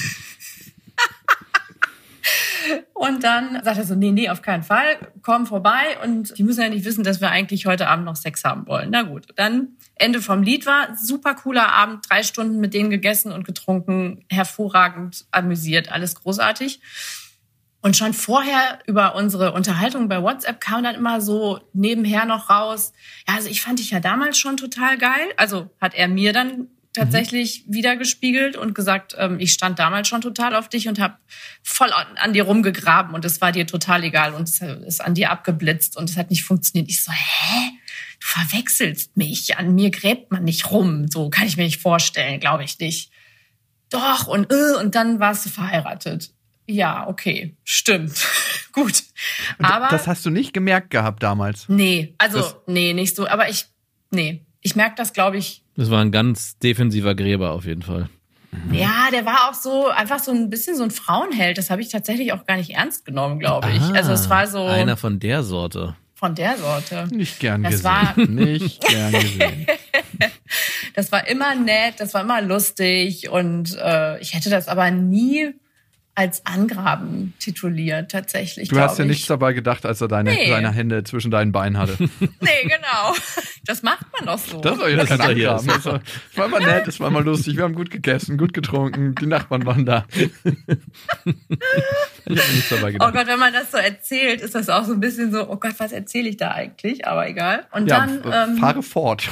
Und dann sagt er so, nee, auf keinen Fall, komm vorbei. Und die müssen ja nicht wissen, dass wir eigentlich heute Abend noch Sex haben wollen. Na gut, dann Ende vom Lied war, super cooler Abend, 3 Stunden mit denen gegessen und getrunken, hervorragend amüsiert, alles großartig. Und schon vorher über unsere Unterhaltung bei WhatsApp kam dann immer so nebenher noch raus, ja, also ich fand dich ja damals schon total geil. Also hat er mir dann tatsächlich wiedergespiegelt und gesagt, ich stand damals schon total auf dich und habe voll an dir rumgegraben und es war dir total egal und es ist an dir abgeblitzt und es hat nicht funktioniert. Ich so, hä? Du verwechselst mich, an mir gräbt man nicht rum. So kann ich mir nicht vorstellen, glaube ich nicht. Doch, und dann warst du verheiratet. Ja, okay, stimmt. Gut. Aber das hast du nicht gemerkt gehabt damals? Nee, also nicht so, aber ich merke das, glaube ich. Das war ein ganz defensiver Gräber auf jeden Fall. Ja, der war auch so, einfach so ein bisschen so ein Frauenheld. Das habe ich tatsächlich auch gar nicht ernst genommen, glaube ich. Also es war so. Einer von der Sorte. Von der Sorte. Nicht gern gesehen. Nicht gern gesehen. Das war immer nett, das war immer lustig und ich hätte das aber nie als Angraben tituliert, tatsächlich. Du hast ja nichts dabei gedacht, als er seine Hände zwischen deinen Beinen hatte. Nee, genau. Das macht man doch so. Das war ja kein Angraben. Das war immer nett, das war immer lustig. Wir haben gut gegessen, gut getrunken, die Nachbarn waren da. Ich habe nichts dabei gedacht. Oh Gott, wenn man das so erzählt, ist das auch so ein bisschen so, oh Gott, was erzähle ich da eigentlich? Aber egal. Und ja, dann fahre fort.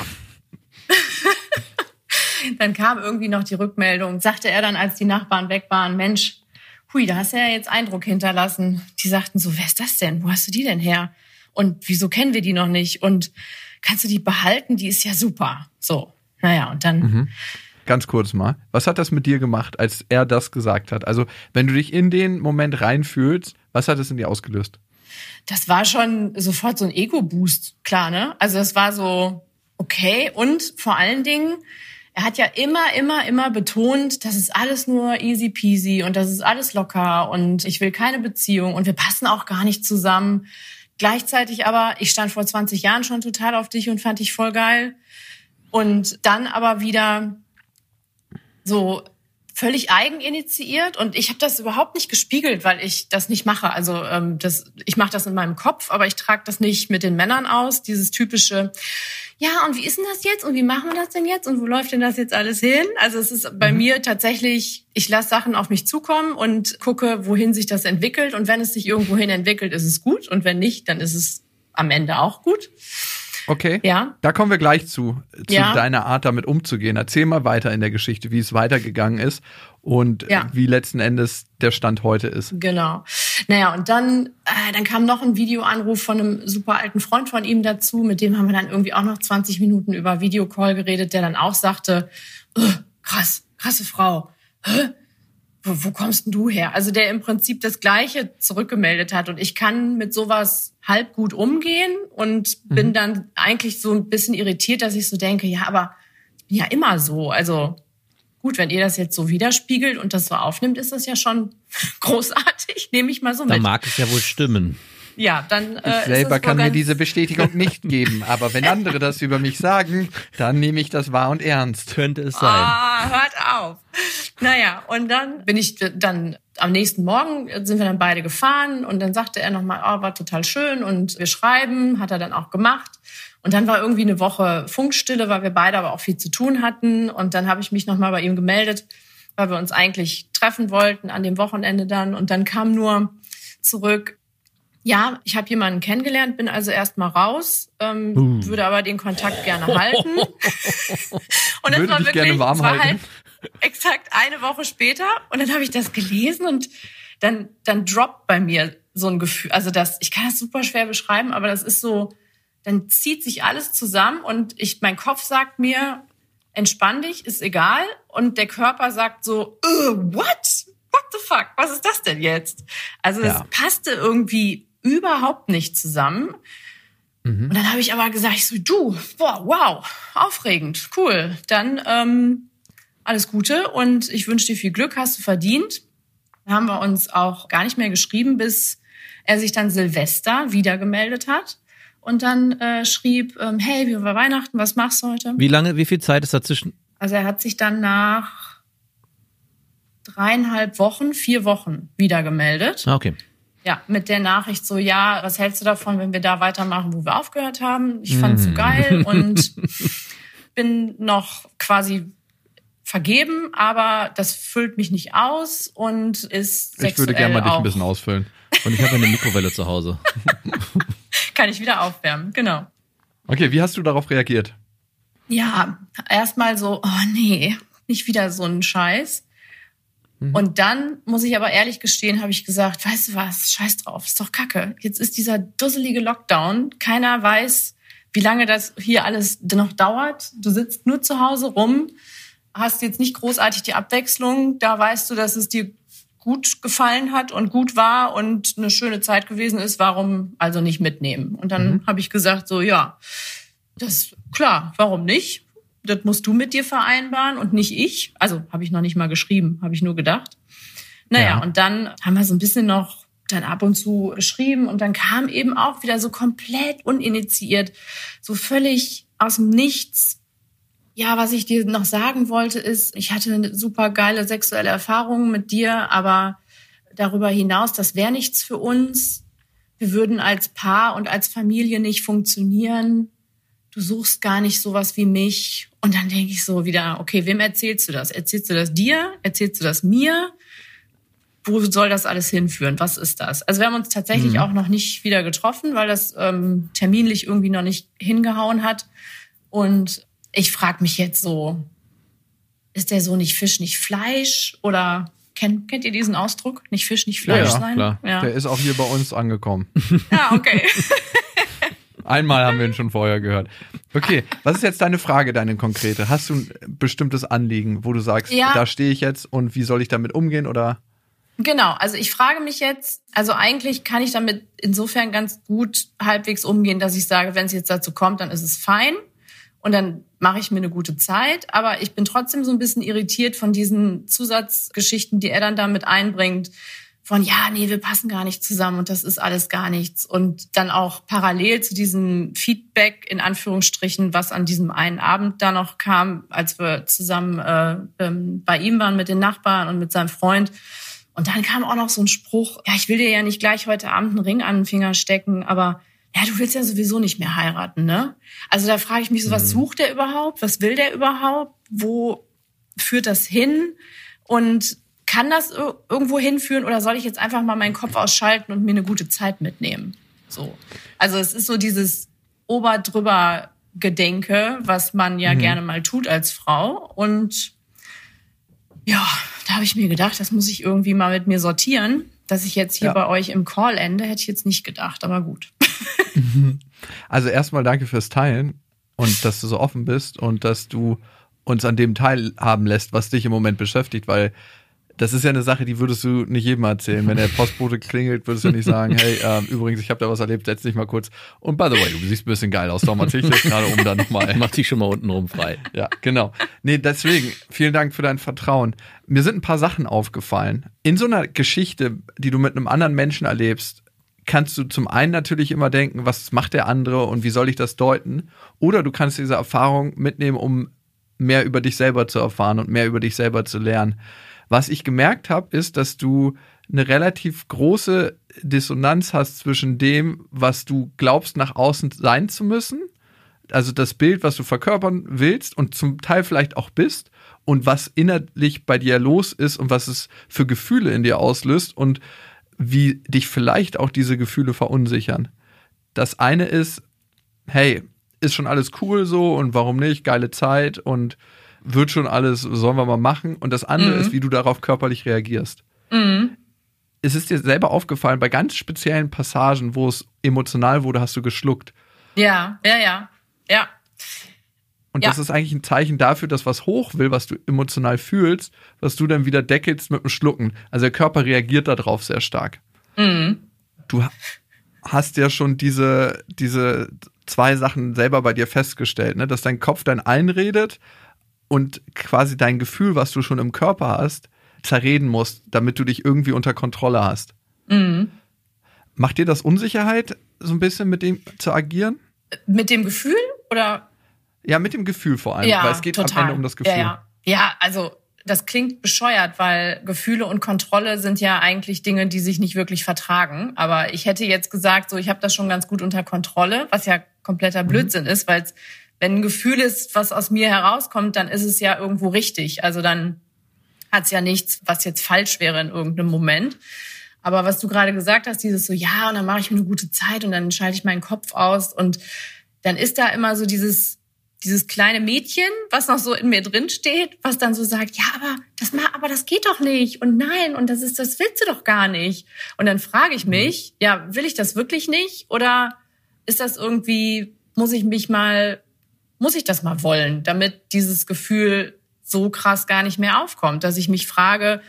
Dann kam irgendwie noch die Rückmeldung, sagte er dann, als die Nachbarn weg waren, Mensch, hui, da hast du ja jetzt Eindruck hinterlassen. Die sagten so, wer ist das denn? Wo hast du die denn her? Und wieso kennen wir die noch nicht? Und kannst du die behalten? Die ist ja super. So, naja, und dann... Ganz kurz mal, was hat das mit dir gemacht, als er das gesagt hat? Also, wenn du dich in den Moment reinfühlst, was hat es in dir ausgelöst? Das war schon sofort so ein Ego-Boost, klar, ne? Also das war so, okay. Und vor allen Dingen... Er hat ja immer betont, das ist alles nur easy peasy und das ist alles locker und ich will keine Beziehung und wir passen auch gar nicht zusammen. Gleichzeitig aber, ich stand vor 20 Jahren schon total auf dich und fand dich voll geil. Und dann aber wieder so völlig eigeninitiiert und ich habe das überhaupt nicht gespiegelt, weil ich das nicht mache. Also ich mache das in meinem Kopf, aber ich trage das nicht mit den Männern aus, dieses typische, ja, und wie ist denn das jetzt? Und wie machen wir das denn jetzt? Und wo läuft denn das jetzt alles hin? Also es ist bei mir tatsächlich, ich lasse Sachen auf mich zukommen und gucke, wohin sich das entwickelt. Und wenn es sich irgendwohin entwickelt, ist es gut. Und wenn nicht, dann ist es am Ende auch gut. Okay, ja. Da kommen wir gleich zu deiner Art, damit umzugehen. Erzähl mal weiter in der Geschichte, wie es weitergegangen ist und wie letzten Endes der Stand heute ist. Genau. Naja, und dann kam noch ein Videoanruf von einem super alten Freund von ihm dazu. Mit dem haben wir dann irgendwie auch noch 20 Minuten über Videocall geredet, der dann auch sagte, krasse Frau, wo kommst denn du her? Also der im Prinzip das Gleiche zurückgemeldet hat. Und ich kann mit sowas halb gut umgehen und bin dann eigentlich so ein bisschen irritiert, dass ich so denke, ja, aber ich bin ja immer so. Also gut, wenn ihr das jetzt so widerspiegelt und das so aufnimmt, ist das ja schon großartig. Nehme ich mal so mit. Da mag es ja wohl stimmen. Ja, dann ich selber kann mir diese Bestätigung nicht geben, aber wenn andere das über mich sagen, dann nehme ich das wahr und ernst. Könnte es sein. Hört auf. Naja, und dann bin ich dann am nächsten Morgen sind wir dann beide gefahren und dann sagte er nochmal, war total schön und wir schreiben, hat er dann auch gemacht. Und dann war irgendwie eine Woche Funkstille, weil wir beide aber auch viel zu tun hatten. Und dann habe ich mich nochmal bei ihm gemeldet, weil wir uns eigentlich treffen wollten an dem Wochenende dann. Und dann kam nur zurück, Ja, ich habe jemanden kennengelernt, bin also erstmal raus, würde aber den Kontakt gerne halten. Und das war wirklich, gerne warm halten. Halt exakt eine Woche später. Und dann habe ich das gelesen und dann droppt bei mir so ein Gefühl. Also ich kann das super schwer beschreiben, aber das ist so, dann zieht sich alles zusammen und mein Kopf sagt mir, entspann dich, ist egal. Und der Körper sagt so, what? What the fuck? Was ist das denn jetzt? Also es passte irgendwie überhaupt nicht zusammen. Und dann habe ich aber gesagt, wow, aufregend, cool. Dann alles Gute und ich wünsche dir viel Glück, hast du verdient. Da haben wir uns auch gar nicht mehr geschrieben, bis er sich dann Silvester wieder gemeldet hat und dann schrieb, hey, wie war Weihnachten, was machst du heute? Wie viel Zeit ist dazwischen? Also er hat sich dann nach 4 Wochen wieder gemeldet. Okay. Ja, mit der Nachricht so, ja, was hältst du davon, wenn wir da weitermachen, wo wir aufgehört haben? Ich fand's so geil und bin noch quasi vergeben, aber das füllt mich nicht aus und ist sexuell. Ich würde gerne mal dich ein bisschen ausfüllen. Und ich habe eine Mikrowelle zu Hause. Kann ich wieder aufwärmen, genau. Okay, wie hast du darauf reagiert? Ja, erstmal so, oh nee, nicht wieder so ein Scheiß. Und dann, muss ich aber ehrlich gestehen, habe ich gesagt, weißt du was, scheiß drauf, ist doch Kacke. Jetzt ist dieser dusselige Lockdown, keiner weiß, wie lange das hier alles noch dauert. Du sitzt nur zu Hause rum, hast jetzt nicht großartig die Abwechslung, da weißt du, dass es dir gut gefallen hat und gut war und eine schöne Zeit gewesen ist, warum also nicht mitnehmen? Und dann habe ich gesagt, so ja, das klar, warum nicht? Das musst du mit dir vereinbaren und nicht ich. Also habe ich noch nicht mal geschrieben, habe ich nur gedacht. Naja, und dann haben wir so ein bisschen noch dann ab und zu geschrieben und dann kam eben auch wieder so komplett uninitiiert, so völlig aus dem Nichts. Ja, was ich dir noch sagen wollte ist, ich hatte eine super geile sexuelle Erfahrung mit dir, aber darüber hinaus, das wäre nichts für uns. Wir würden als Paar und als Familie nicht funktionieren. Du suchst gar nicht sowas wie mich. Und dann denke ich so wieder, okay, wem erzählst du das? Erzählst du das dir? Erzählst du das mir? Wo soll das alles hinführen? Was ist das? Also wir haben uns tatsächlich auch noch nicht wieder getroffen, weil das terminlich irgendwie noch nicht hingehauen hat. Und ich frage mich jetzt so, ist der so nicht Fisch, nicht Fleisch? Oder kennt ihr diesen Ausdruck? Nicht Fisch, nicht Fleisch sein? Klar. Ja, der ist auch hier bei uns angekommen. Ja, okay. Einmal haben wir ihn schon vorher gehört. Okay, was ist jetzt deine Frage, deine konkrete? Hast du ein bestimmtes Anliegen, wo du sagst, da stehe ich jetzt und wie soll ich damit umgehen oder? Genau, also ich frage mich jetzt, also eigentlich kann ich damit insofern ganz gut halbwegs umgehen, dass ich sage, wenn es jetzt dazu kommt, dann ist es fein und dann mache ich mir eine gute Zeit. Aber ich bin trotzdem so ein bisschen irritiert von diesen Zusatzgeschichten, die er dann damit einbringt. Von, ja, nee, wir passen gar nicht zusammen und das ist alles gar nichts. Und dann auch parallel zu diesem Feedback, in Anführungsstrichen, was an diesem einen Abend da noch kam, als wir zusammen bei ihm waren mit den Nachbarn und mit seinem Freund. Und dann kam auch noch so ein Spruch, ja, ich will dir ja nicht gleich heute Abend einen Ring an den Finger stecken, aber ja, du willst ja sowieso nicht mehr heiraten, ne? Also da frage ich mich so, was sucht der überhaupt? Was will der überhaupt? Wo führt das hin? Und kann das irgendwo hinführen oder soll ich jetzt einfach mal meinen Kopf ausschalten und mir eine gute Zeit mitnehmen? So. Also es ist so dieses Oberdrüber-Gedenke, was man ja gerne mal tut als Frau. Und ja, da habe ich mir gedacht, das muss ich irgendwie mal mit mir sortieren. Dass ich jetzt hier bei euch im Call ende, hätte ich jetzt nicht gedacht, aber gut. Also erstmal danke fürs Teilen und dass du so offen bist und dass du uns an dem teilhaben lässt, was dich im Moment beschäftigt, weil das ist ja eine Sache, die würdest du nicht jedem erzählen. Wenn der Postbote klingelt, würdest du nicht sagen, hey, übrigens, ich habe da was erlebt, setz dich mal kurz. Und by the way, du siehst ein bisschen geil aus. Darum erzähl ich das gerade um dann nochmal. Mach dich schon mal unten rum frei. Ja, genau. Nee, deswegen, vielen Dank für dein Vertrauen. Mir sind ein paar Sachen aufgefallen. In so einer Geschichte, die du mit einem anderen Menschen erlebst, kannst du zum einen natürlich immer denken, was macht der andere und wie soll ich das deuten? Oder du kannst diese Erfahrung mitnehmen, um mehr über dich selber zu erfahren und mehr über dich selber zu lernen. Was ich gemerkt habe, ist, dass du eine relativ große Dissonanz hast zwischen dem, was du glaubst, nach außen sein zu müssen, also das Bild, was du verkörpern willst und zum Teil vielleicht auch bist, und was innerlich bei dir los ist und was es für Gefühle in dir auslöst und wie dich vielleicht auch diese Gefühle verunsichern. Das eine ist, hey, ist schon alles cool so und warum nicht, geile Zeit und wird schon alles, sollen wir mal machen. Und das andere ist, wie du darauf körperlich reagierst. Es ist dir selber aufgefallen, bei ganz speziellen Passagen, wo es emotional wurde, hast du geschluckt. Ja. Und das ist eigentlich ein Zeichen dafür, dass was hoch will, was du emotional fühlst, was du dann wieder deckelst mit dem Schlucken. Also der Körper reagiert darauf sehr stark. Du hast ja schon diese 2 Sachen selber bei dir festgestellt, ne? Dass dein Kopf dann einredet und quasi dein Gefühl, was du schon im Körper hast, zerreden musst, damit du dich irgendwie unter Kontrolle hast. Macht dir das Unsicherheit, so ein bisschen mit dem zu agieren? Mit dem Gefühl oder? Ja, mit dem Gefühl vor allem, Ja, weil es geht total. am Ende um das Gefühl. Ja, also das klingt bescheuert, weil Gefühle und Kontrolle sind ja eigentlich Dinge, die sich nicht wirklich vertragen. Aber ich hätte jetzt gesagt, so ich habe das schon ganz gut unter Kontrolle, was ja kompletter Blödsinn ist, weil wenn ein Gefühl ist, was aus mir herauskommt, dann ist es ja irgendwo richtig. Also dann hat es ja nichts, was jetzt falsch wäre in irgendeinem Moment. Aber was du gerade gesagt hast, dieses so, ja, und dann mache ich mir eine gute Zeit und dann schalte ich meinen Kopf aus und dann ist da immer so dieses kleine Mädchen, was noch so in mir drin steht, was dann so sagt, ja, aber das geht doch nicht und nein und das willst du doch gar nicht. Und dann frage ich mich, ja, will ich das wirklich nicht oder ist das irgendwie, muss ich das mal wollen, damit dieses Gefühl so krass gar nicht mehr aufkommt, dass ich mich frage,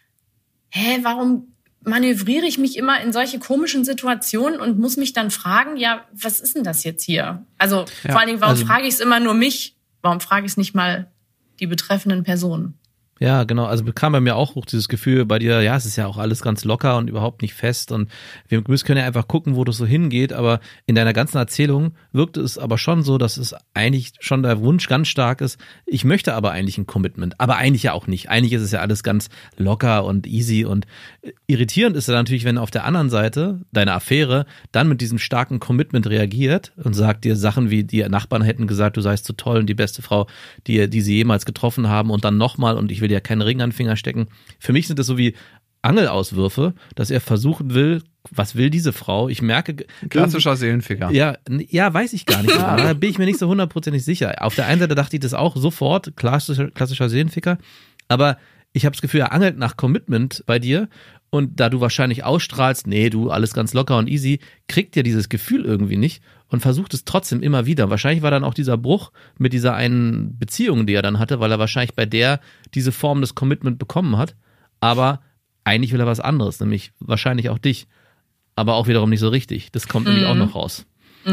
warum manövriere ich mich immer in solche komischen Situationen und muss mich dann fragen, ja, was ist denn das jetzt hier? Also vor allen Dingen, warum frage ich es immer nur mich? Warum frage ich es nicht mal die betreffenden Personen? Ja, genau. Also kam bei mir auch hoch dieses Gefühl bei dir, ja, es ist ja auch alles ganz locker und überhaupt nicht fest und wir können ja einfach gucken, wo das so hingeht, aber in deiner ganzen Erzählung wirkte es aber schon so, dass es eigentlich schon der Wunsch ganz stark ist, ich möchte aber eigentlich ein Commitment, aber eigentlich ja auch nicht. Eigentlich ist es ja alles ganz locker und easy und irritierend ist ja natürlich, wenn auf der anderen Seite deine Affäre dann mit diesem starken Commitment reagiert und sagt dir Sachen wie, die Nachbarn hätten gesagt, du seist so toll und die beste Frau, die sie jemals getroffen haben und dann nochmal und ich will dir keinen Ring an den Finger stecken. Für mich sind das so wie Angelauswürfe, dass er versuchen will, was will diese Frau? Ich merke... Klassischer Seelenficker. Ja, weiß ich gar nicht. Da bin ich mir nicht so 100% sicher. Auf der einen Seite dachte ich das auch sofort, klassischer Seelenficker, aber ich habe das Gefühl, er angelt nach Commitment bei dir und da du wahrscheinlich ausstrahlst, nee, du, alles ganz locker und easy, kriegt dir dieses Gefühl irgendwie nicht und versucht es trotzdem immer wieder. Wahrscheinlich war dann auch dieser Bruch mit dieser einen Beziehung, die er dann hatte, weil er wahrscheinlich bei der diese Form des Commitment bekommen hat, aber eigentlich will er was anderes, nämlich wahrscheinlich auch dich, aber auch wiederum nicht so richtig. Das kommt nämlich auch noch raus.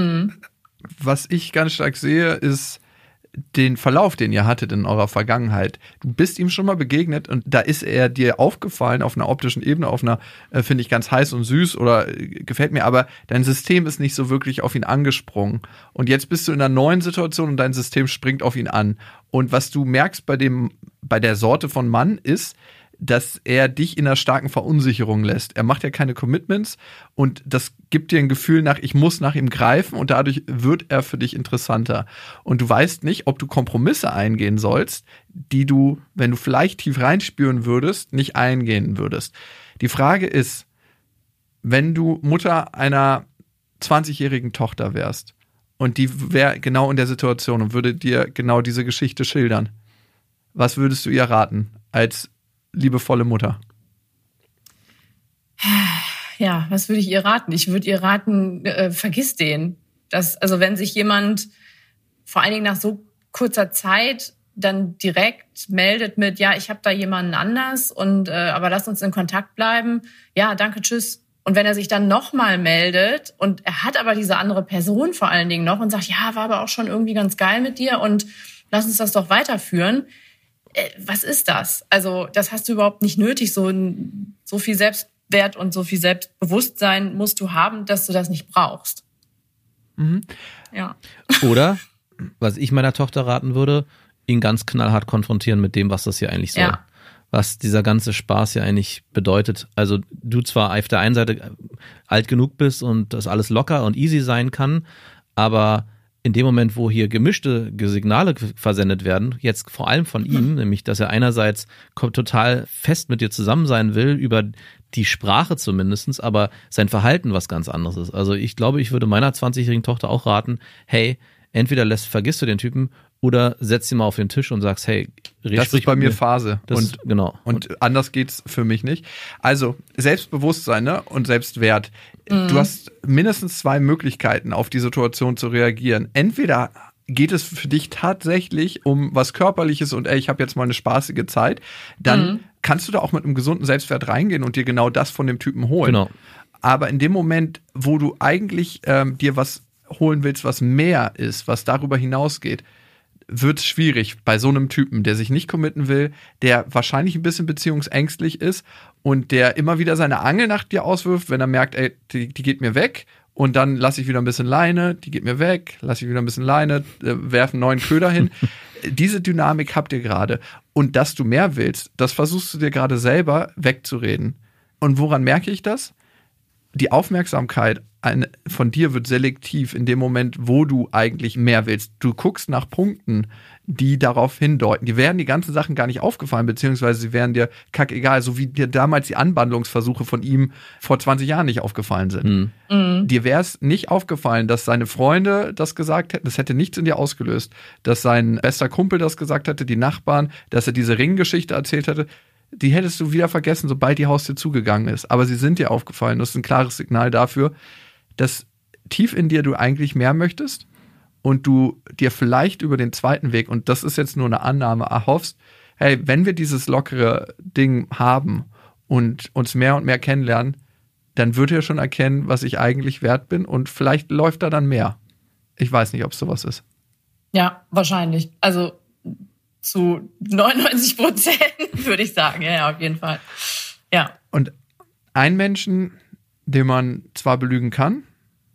Was ich ganz stark sehe, ist den Verlauf, den ihr hattet in eurer Vergangenheit. Du bist ihm schon mal begegnet und da ist er dir aufgefallen auf einer optischen Ebene, auf einer, finde ich, ganz heiß und süß oder gefällt mir, aber dein System ist nicht so wirklich auf ihn angesprungen. Und jetzt bist du in einer neuen Situation und dein System springt auf ihn an. Und was du merkst bei der Sorte von Mann ist, dass er dich in einer starken Verunsicherung lässt. Er macht ja keine Commitments und das gibt dir ein Gefühl nach, ich muss nach ihm greifen und dadurch wird er für dich interessanter. Und du weißt nicht, ob du Kompromisse eingehen sollst, die du, wenn du vielleicht tief reinspüren würdest, nicht eingehen würdest. Die Frage ist, wenn du Mutter einer 20-jährigen Tochter wärst und die wäre genau in der Situation und würde dir genau diese Geschichte schildern, was würdest du ihr raten als liebevolle Mutter? Ja, was würde ich ihr raten? Ich würde ihr raten, vergiss den. Also wenn sich jemand vor allen Dingen nach so kurzer Zeit dann direkt meldet mit, ja, ich habe da jemanden anders und aber lass uns in Kontakt bleiben. Ja, danke, tschüss. Und wenn er sich dann nochmal meldet und er hat aber diese andere Person vor allen Dingen noch und sagt, ja, war aber auch schon irgendwie ganz geil mit dir und lass uns das doch weiterführen. Was ist das? Also das hast du überhaupt nicht nötig. So viel Selbstwert und so viel Selbstbewusstsein musst du haben, dass du das nicht brauchst. Ja. Oder, was ich meiner Tochter raten würde, ihn ganz knallhart konfrontieren mit dem, was das hier eigentlich soll. Ja. Was dieser ganze Spaß hier eigentlich bedeutet. Also du zwar auf der einen Seite alt genug bist und das alles locker und easy sein kann, aber in dem Moment, wo hier gemischte Signale versendet werden, jetzt vor allem von ihm, nämlich, dass er einerseits total fest mit dir zusammen sein will, über die Sprache zumindestens, aber sein Verhalten was ganz anderes ist. Also ich glaube, ich würde meiner 20-jährigen Tochter auch raten, hey, entweder vergisst du den Typen oder setzt ihn mal auf den Tisch und sagst, hey, das ist bei mir Phase. Genau. Und anders geht's für mich nicht. Also Selbstbewusstsein, ne? Und Selbstwert. Du hast mindestens 2 Möglichkeiten, auf die Situation zu reagieren. Entweder geht es für dich tatsächlich um was Körperliches und ich habe jetzt mal eine spaßige Zeit, dann kannst du da auch mit einem gesunden Selbstwert reingehen und dir genau das von dem Typen holen. Genau. Aber in dem Moment, wo du eigentlich dir was holen willst, was mehr ist, was darüber hinausgeht, wird es schwierig bei so einem Typen, der sich nicht committen will, der wahrscheinlich ein bisschen beziehungsängstlich ist und der immer wieder seine Angel nach dir auswirft, wenn er merkt, ey, die geht mir weg und dann lasse ich wieder ein bisschen Leine, die geht mir weg, lasse ich wieder ein bisschen Leine, werfe einen neuen Köder hin. Diese Dynamik habt ihr gerade. Und dass du mehr willst, das versuchst du dir gerade selber wegzureden. Und woran merke ich das? Die Aufmerksamkeit von dir wird selektiv in dem Moment, wo du eigentlich mehr willst. Du guckst nach Punkten, die darauf hindeuten. Die wären die ganzen Sachen gar nicht aufgefallen, beziehungsweise sie wären dir kackegal, so wie dir damals die Anwandlungsversuche von ihm vor 20 Jahren nicht aufgefallen sind. Dir wäre es nicht aufgefallen, dass seine Freunde das gesagt hätten, das hätte nichts in dir ausgelöst, dass sein bester Kumpel das gesagt hätte, die Nachbarn, dass er diese Ringgeschichte erzählt hätte. Die hättest du wieder vergessen, sobald die Haustür zugegangen ist. Aber sie sind dir aufgefallen. Das ist ein klares Signal dafür, dass tief in dir du eigentlich mehr möchtest und du dir vielleicht über den zweiten Weg, und das ist jetzt nur eine Annahme, erhoffst, hey, wenn wir dieses lockere Ding haben und uns mehr und mehr kennenlernen, dann wird er schon erkennen, was ich eigentlich wert bin und vielleicht läuft da dann mehr. Ich weiß nicht, ob es sowas ist. Ja, wahrscheinlich. Also zu 99% würde ich sagen. Ja, auf jeden Fall. Ja. Und ein Menschen, den man zwar belügen kann,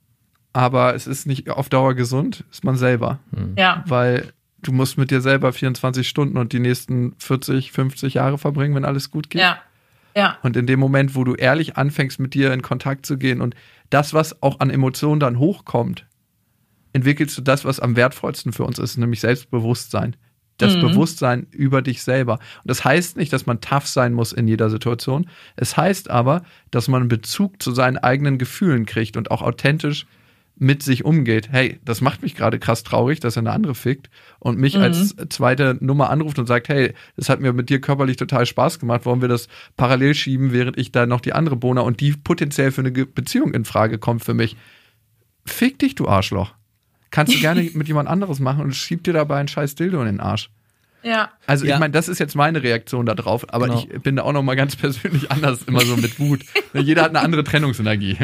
aber es ist nicht auf Dauer gesund, ist man selber. Ja. Weil du musst mit dir selber 24 Stunden und die nächsten 40, 50 Jahre verbringen, wenn alles gut geht. Ja. Ja. Und in dem Moment, wo du ehrlich anfängst, mit dir in Kontakt zu gehen und das, was auch an Emotionen dann hochkommt, entwickelst du das, was am wertvollsten für uns ist, nämlich Selbstbewusstsein. Das Bewusstsein über dich selber. Und das heißt nicht, dass man tough sein muss in jeder Situation. Es heißt aber, dass man einen Bezug zu seinen eigenen Gefühlen kriegt und auch authentisch mit sich umgeht. Hey, das macht mich gerade krass traurig, dass er eine andere fickt und mich als zweite Nummer anruft und sagt, hey, das hat mir mit dir körperlich total Spaß gemacht, wollen wir das parallel schieben, während ich da noch die andere Bona und die potenziell für eine Beziehung in Frage kommt für mich. Fick dich, du Arschloch. Kannst du gerne mit jemand anderes machen und schieb dir dabei einen scheiß Dildo in den Arsch. Ja. Also ich meine, das ist jetzt meine Reaktion da drauf, aber ich bin da auch noch mal ganz persönlich anders, immer so mit Wut. Jeder hat eine andere Trennungsenergie.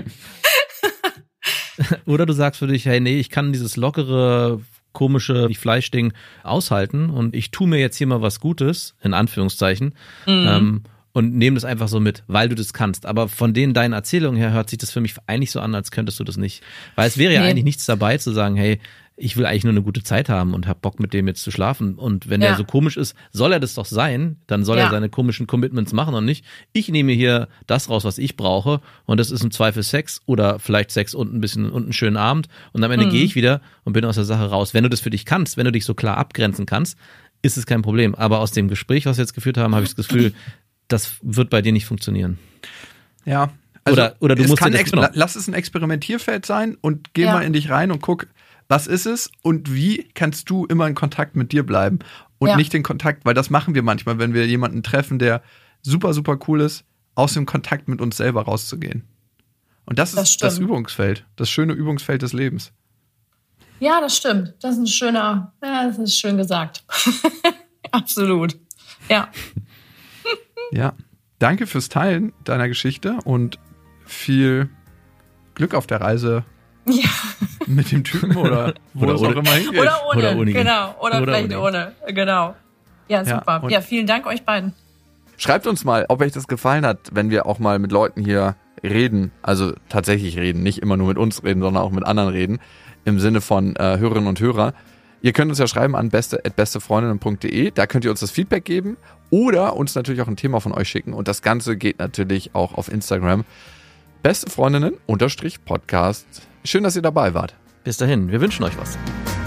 Oder du sagst für dich, hey, nee, ich kann dieses lockere, komische Fleischding aushalten und ich tue mir jetzt hier mal was Gutes, in Anführungszeichen, und nehme das einfach so mit, weil du das kannst. Aber von deinen Erzählungen her hört sich das für mich eigentlich so an, als könntest du das nicht. Weil es wäre ja eigentlich nichts dabei zu sagen, hey, ich will eigentlich nur eine gute Zeit haben und hab Bock mit dem jetzt zu schlafen. Und wenn der so komisch ist, soll er das doch sein, dann soll er seine komischen Commitments machen und nicht. Ich nehme hier das raus, was ich brauche und das ist im Zweifel Sex oder vielleicht Sex und einen schönen Abend und am Ende gehe ich wieder und bin aus der Sache raus. Wenn du das für dich kannst, wenn du dich so klar abgrenzen kannst, ist es kein Problem. Aber aus dem Gespräch, was wir jetzt geführt haben, habe ich das Gefühl, das wird bei dir nicht funktionieren. Ja. Also oder du musst lass es ein Experimentierfeld sein und geh mal in dich rein und guck, was ist es und wie kannst du immer in Kontakt mit dir bleiben und nicht den Kontakt, weil das machen wir manchmal, wenn wir jemanden treffen, der super, super cool ist, aus dem Kontakt mit uns selber rauszugehen. Und das ist das Übungsfeld, das schöne Übungsfeld des Lebens. Ja, das stimmt. Das ist das ist schön gesagt. Absolut. Ja. Ja, danke fürs Teilen deiner Geschichte und viel Glück auf der Reise mit dem Typen oder wo es auch immer hingeht. Oder ohne. Genau. Oder vielleicht ohne. Genau. Ja, super. Ja, vielen Dank euch beiden. Schreibt uns mal, ob euch das gefallen hat, wenn wir auch mal mit Leuten hier reden, also tatsächlich reden, nicht immer nur mit uns reden, sondern auch mit anderen reden, im Sinne von Hörerinnen und Hörer. Ihr könnt uns ja schreiben an beste@bestefreundinnen.de, da könnt ihr uns das Feedback geben oder uns natürlich auch ein Thema von euch schicken und das Ganze geht natürlich auch auf Instagram. Bestefreundinnen_Podcast. Schön, dass ihr dabei wart. Bis dahin, wir wünschen euch was.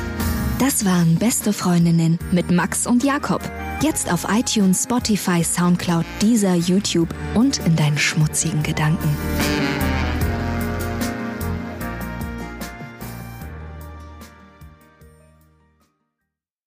Das waren Beste Freundinnen mit Max und Jakob. Jetzt auf iTunes, Spotify, Soundcloud, Deezer, YouTube und in deinen schmutzigen Gedanken.